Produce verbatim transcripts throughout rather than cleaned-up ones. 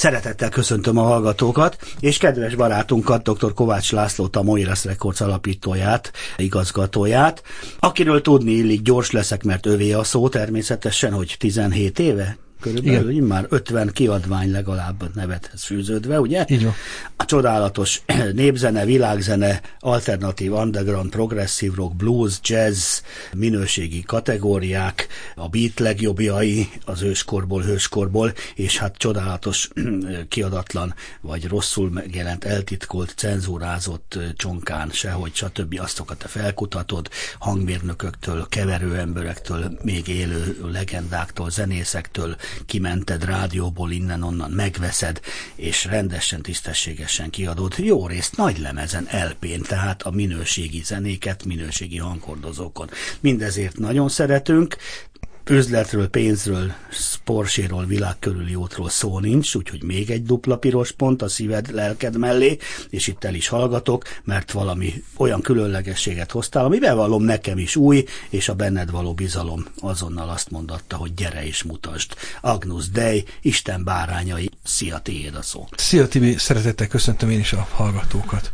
Szeretettel köszöntöm a hallgatókat, és kedves barátunkat, dr. Kovács Lászlót, a Moira's Records alapítóját, igazgatóját, akiről tudni illik, gyors leszek, mert övé a szó természetesen, hogy tizenhét éve? Körülbelül igen. Már ötven kiadvány legalább nevethez fűződve, ugye? Igen. A csodálatos népzene, világzene, alternatív, underground, progresszív rock, blues, jazz, minőségi kategóriák, a beat legjobbjai az őskorból, hőskorból, és hát csodálatos, kiadatlan, vagy rosszul megjelent, eltitkolt, cenzúrázott, csonkán, sehogy, stb. Aztokat te felkutatod, hangmérnököktől, keverőemberektől, még élő legendáktól, zenészektől, kimented rádióból, innen-onnan megveszed, és rendesen, tisztességesen kiadod, jó részt nagy lemezen, el pén, tehát a minőségi zenéket, minőségi hanghordozókon. Mindezért nagyon szeretünk, üzletről, pénzről, Porséról, világ körüli útról szó nincs, úgyhogy még egy dupla piros pont a szíved, lelked mellé, és itt el is hallgatok, mert valami olyan különlegességet hoztál, ami bevallom nekem is új, és a benned való bizalom azonnal azt mondatta, hogy gyere és mutasd. Agnus Dei, Isten bárányai, szia, tiéd a szó. Szia Tibi, szeretettel köszöntöm én is a hallgatókat.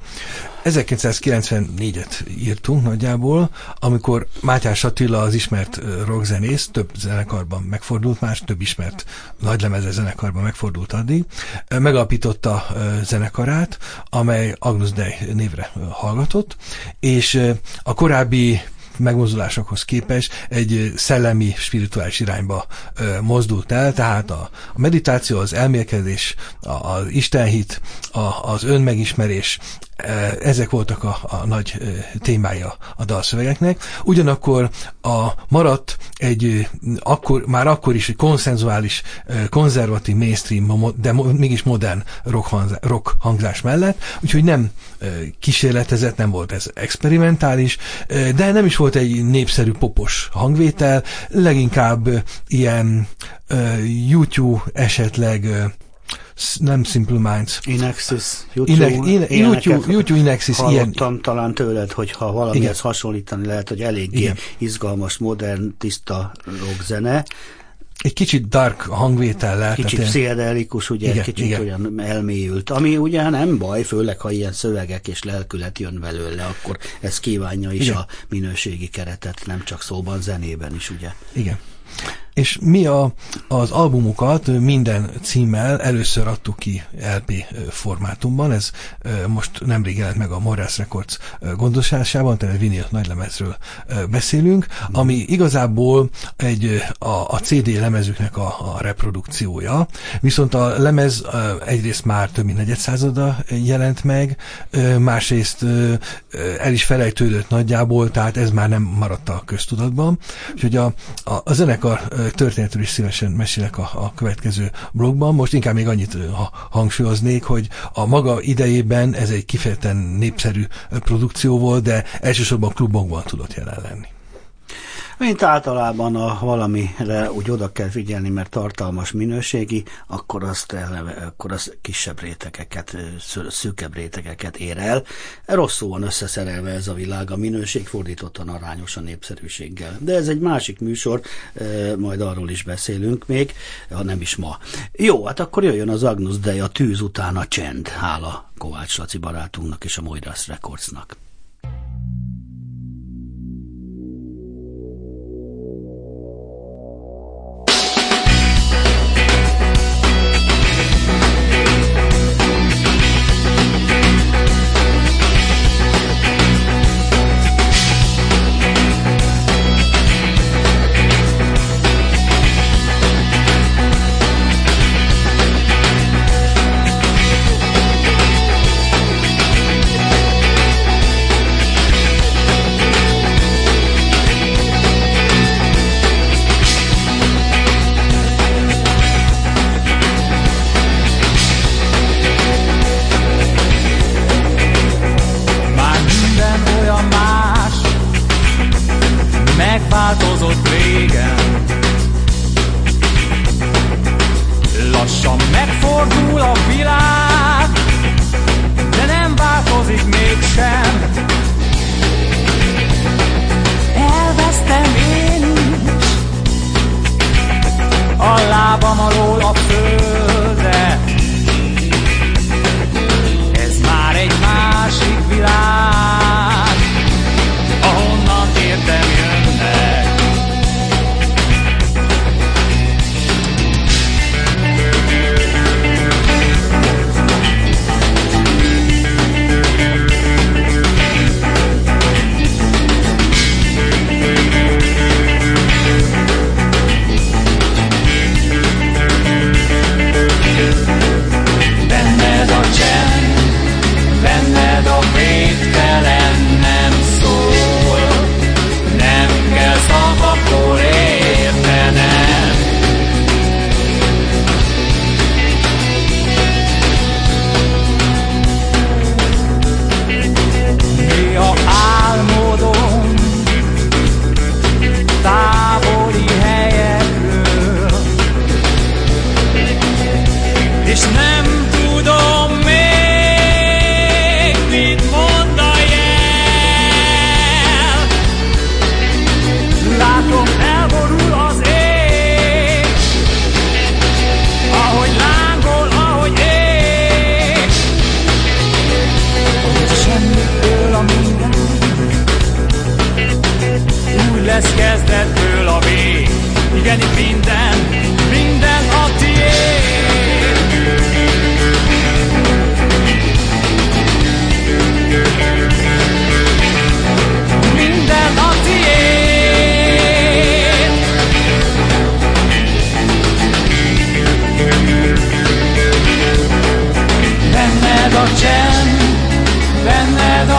ezerkilencszázkilencvennégyet írtunk nagyjából, amikor Mátyás Attila, az ismert rockzenész, több zenekarban megfordult, más több ismert nagylemezes zenekarban megfordult addig, megalapította zenekarát, amely Agnus Dei névre hallgatott, és a korábbi megmozdulásokhoz képest egy szellemi, spirituális irányba ö, mozdult el, tehát a, a meditáció, az elmélkedés, a, az istenhit, a, az önmegismerés, ezek voltak a, a nagy témája a dalszövegeknek. Ugyanakkor a maradt egy akkor, már akkor is egy konszenzuális, konzervatív mainstream, de mégis modern rock, rock hangzás mellett, úgyhogy nem kísérletezett, nem volt ez experimentális, de nem is volt egy népszerű popos hangvétel, leginkább ilyen YouTube esetleg nem Simple Minds. Inexis, YouTube, Ine, YouTube, YouTube Inexis. Hallottam ilyen. talán tőled, hogy ha valamihez hasonlítani lehet, hogy eléggé igen. izgalmas, modern, tiszta rockzene. Egy kicsit dark hangvétellel. Kicsit pszichedelikus, ugye, igen, kicsit igen. olyan elmélyült, ami ugye nem baj, főleg ha ilyen szövegek és lelkület jön belőle, akkor ez kívánja is igen. a minőségi keretet, nem csak szóban, zenében is, ugye. Igen. És mi a, az albumokat minden címmel először adtuk ki el pé formátumban, ez most nemrég jelent meg a Moira's Records gondosásában, tehát vinil nagylemezről beszélünk, ami igazából egy, a, a cé dé lemezüknek a, a reprodukciója, viszont a lemez egyrészt már több mint negyedszázada jelent meg, másrészt el is felejtődött nagyjából, tehát ez már nem maradt a köztudatban, úgyhogy a, a, a zenekar történetről is szívesen mesélek a, a következő blogban. Most inkább még annyit hangsúlyoznék, hogy a maga idejében ez egy kifejezetten népszerű produkció volt, de elsősorban klubokban tudott jelen lenni. Mint általában a valamire úgy oda kell figyelni, mert tartalmas, minőségi, akkor azt, eleve, akkor az kisebb rétegeket, szűkebb rétegeket ér el. Rosszul van összeszerelve ez a világ, a minőség fordítottan arányos a népszerűséggel. De ez egy másik műsor, majd arról is beszélünk még, ha nem is ma. Jó, hát akkor jöjjön az Agnus Dei, a tűz után a csend, hála Kovács Laci barátunknak és a Moira's Recordsnak. We'll be right back.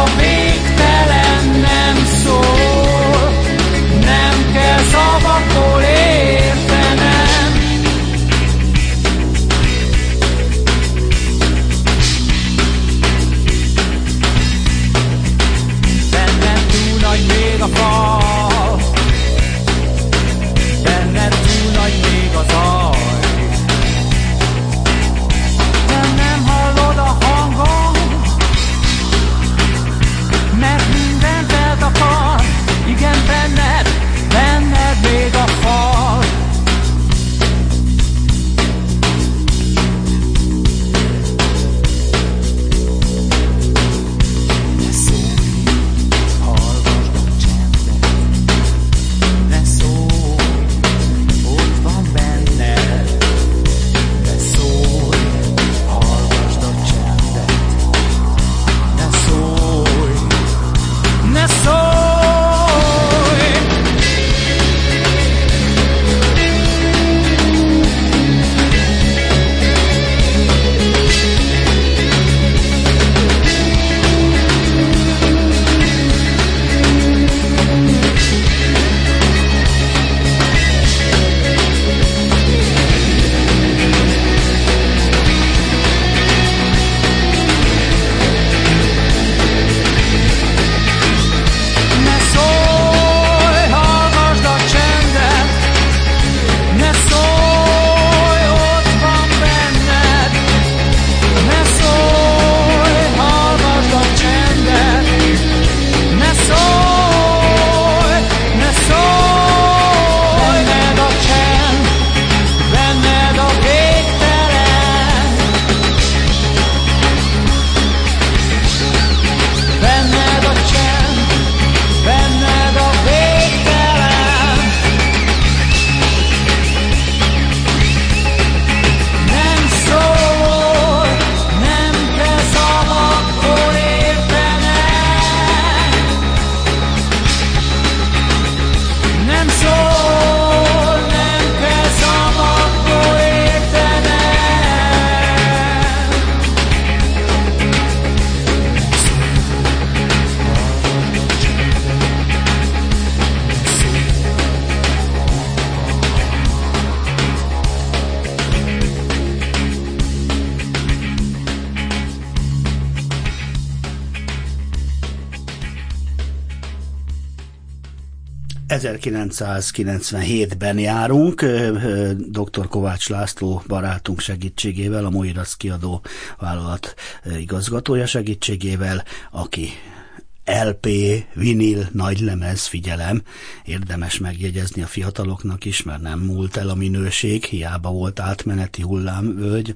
végtelen nem szól, nem kell szavakból értenem. Benned túl nagy még a fal, benned túl nagy még a zaj. Igen, benned, benned még a fal. Ne szólj, hallgasd a csendet, ne szólj, ott van benned. Ne szólj, hallgasd a csendet, ne szólj, ne szólj. ezerkilencszázkilencvenhétben járunk, dr. Kovács László barátunk segítségével, a Moirasz kiadó vállalat igazgatója segítségével, aki el pé, vinil, nagylemez, figyelem, érdemes megjegyezni a fiataloknak is, mert nem múlt el a minőség, hiába volt átmeneti hullámvölgy,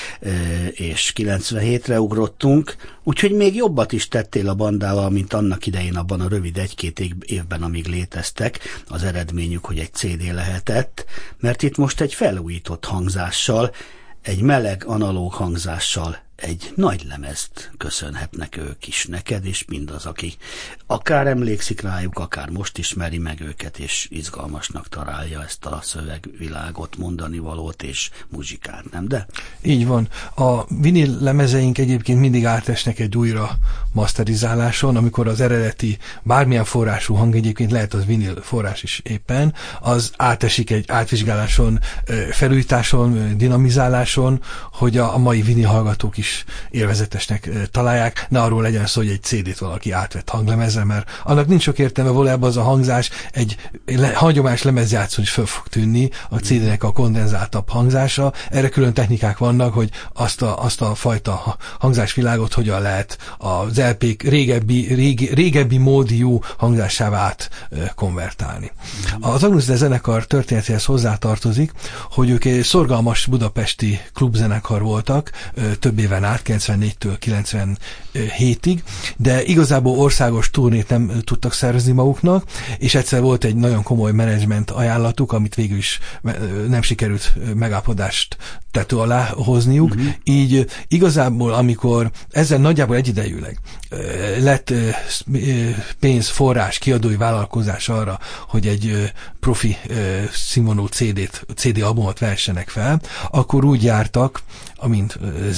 és kilencvenhétre ugrottunk, úgyhogy még jobbat is tettél a bandával, mint annak idején abban a rövid egy-két évben, amíg léteztek. Az eredményük, hogy egy cé dé lehetett, mert itt most egy felújított hangzással, egy meleg analóg hangzással egy nagy lemezt köszönhetnek ők is neked, és mindaz, aki akár emlékszik rájuk, akár most ismeri meg őket, és izgalmasnak találja ezt a szövegvilágot, mondani valót és muzsikát, nem de? Így van. A vinil lemezeink egyébként mindig átesnek egy újra masterizáláson, amikor az eredeti bármilyen forrású hang, egyébként lehet az vinil forrás is éppen, az átesik egy átvizsgáláson, felújításon, dinamizáláson, hogy a mai vinil hallgatók is élvezetesnek találják, ne arról legyen szó, hogy egy cé dét valaki átvett hanglemezre, mert annak nincs sok értelme, valójában az a hangzás egy le, hagyományos lemezjátszón is föl fog tűnni, a cé dének a kondenzáltabb hangzása. Erre külön technikák vannak, hogy azt a, azt a fajta hangzásvilágot hogyan lehet az el pék régebbi, régi, régebbi módiú hangzásává át konvertálni. Az Agnus Dei zenekar történetéhez hozzátartozik, hogy ők egy szorgalmas budapesti klubzenekar voltak, több éven át, kilencvennégytől kilencvenhétig, de igazából országos turnét nem tudtak szervezni maguknak, és egyszer volt egy nagyon komoly menedzsment ajánlatuk, amit végül is nem sikerült megállapodást tető alá hozniuk, mm-hmm. így igazából, amikor ezzel nagyjából egyidejűleg lett pénzforrás, kiadói vállalkozás arra, hogy egy profi színvonalú cé dét, cé dé albumot vehessenek fel, akkor úgy jártak, amint zenekar,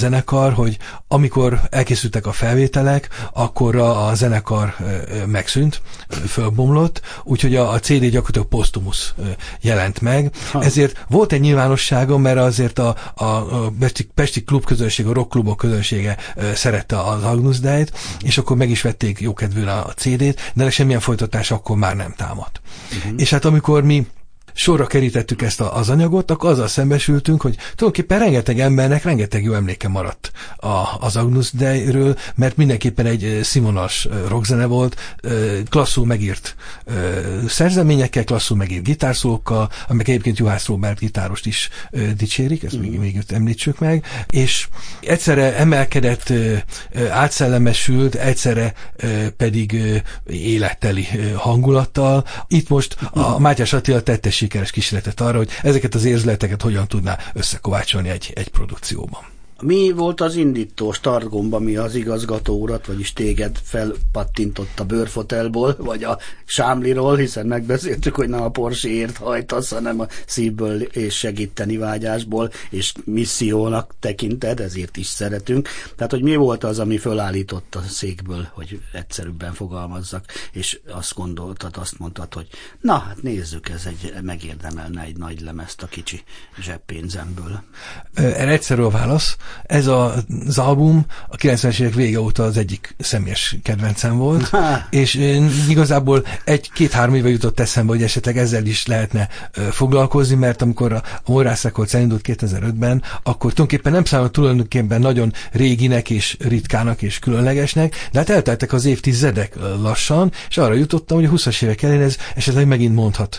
zenekar, hogy amikor elkészültek a felvételek, akkor a, a zenekar megszűnt, fölbomlott, úgyhogy a, a cé dé gyakorlatilag posztumusz jelent meg. Ha. Ezért volt egy nyilvánossága, mert azért a, a, a Pesti, Pesti klubközönség, a rockklubok közönsége szerette az Agnus Dei-t, és akkor meg is vették jókedvűen a cé dét, de semmilyen folytatás akkor már nem támadt. Uh-huh. És hát amikor mi sorra kerítettük ezt a, az anyagot, akkor azzal szembesültünk, hogy tulajdonképpen rengeteg embernek rengeteg jó emléke maradt a, az Agnus Dei-ről, mert mindenképpen egy színvonalas rockzene volt, klasszul megírt szerzeményekkel, klasszul megírt gitárszólókkal, amelyek egyébként Juhász Róbert gitárost is dicsérik, ezt mm. még, még említsük meg, és egyszerre emelkedett, átszellemesült, egyszerre pedig életteli hangulattal. Itt most a Mátyás Attila tette sikeres kísérletet arra, hogy ezeket az érzületeket hogyan tudná összekovácsolni egy, egy produkcióban. Mi volt az indító startgomb, ami az igazgató urat, vagyis téged felpattintott a bőrfotelból, vagy a sámliról, hiszen megbeszéltük, hogy nem a Porséért hajtasz, hanem a szívből és segíteni vágyásból, és missziónak tekinted, ezért is szeretünk. Tehát, hogy mi volt az, ami fölállított a székből, hogy egyszerűbben fogalmazzak, és azt gondoltad, azt mondtad, hogy na, hát nézzük, ez egy megérdemelne egy nagy lemezt a kicsi zseppénzemből. Erre egyszerű a válasz. Ez a, az album a kilencvenes évek vége óta az egyik személyes kedvencem volt, ha. és igazából egy-két-három éve jutott eszembe, hogy esetleg ezzel is lehetne foglalkozni, mert amikor a Morász Records elindult kétezer-ötben, akkor tulajdonképpen nem számolt tulajdonképpen nagyon réginek és ritkának és különlegesnek, de hát elteltek az évtizedek lassan, és arra jutottam, hogy a huszas évek elején ez esetleg megint mondhat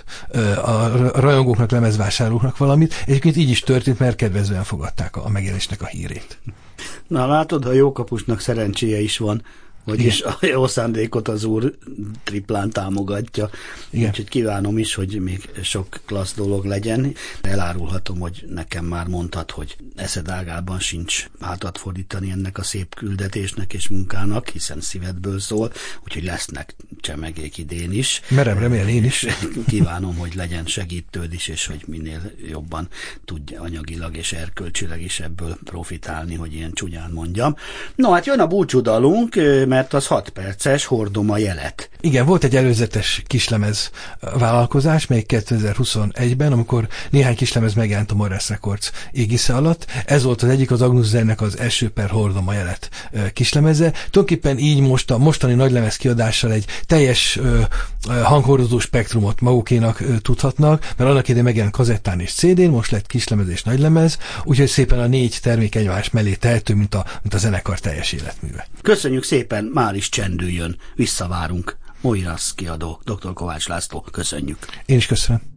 a rajongóknak, lemezvásárlóknak valamit, és egyébként így is történt, mert kedvezően fogadták a megjelenésnek a hírét. Na látod, ha jó kapusnak szerencséje is van, vagyis a jó szándékot az úr triplán támogatja. Igen. Úgyhogy kívánom is, hogy még sok klassz dolog legyen. Elárulhatom, hogy nekem már mondtad, hogy eszed ágában sincs hátat fordítani ennek a szép küldetésnek és munkának, hiszen szívedből szól, úgyhogy lesznek csemegék idén is. Merem remélni én is. Kívánom, hogy legyen segítőd is, és hogy minél jobban tudja anyagilag és erkölcsileg is ebből profitálni, hogy ilyen csúnyán mondjam. No, hát jön a búcsúdalunk, mert az hat perces, Hordom a jelet. Igen, volt egy előzetes kislemez vállalkozás, még kétezer-huszonegyben, amikor néhány kislemez megjelent a Morász Records égisze alatt. Ez volt az egyik, az Agnus Dei-nek az első per Hordom a jelet kislemeze. Tulajdonképpen így most a mostani nagylemez kiadással egy teljes hanghordozó spektrumot magukénak tudhatnak, mert annak idején megjelent kazettán és cé dén, most lett kislemez és nagylemez, úgyhogy szépen a négy termék egymás mellé tehető, mint a, mint a zenekar teljes életműve. Köszönjük szépen, már is csendüljön, visszavárunk. Moirasz kiadó, doktor Kovács László, köszönjük. Én is köszönöm.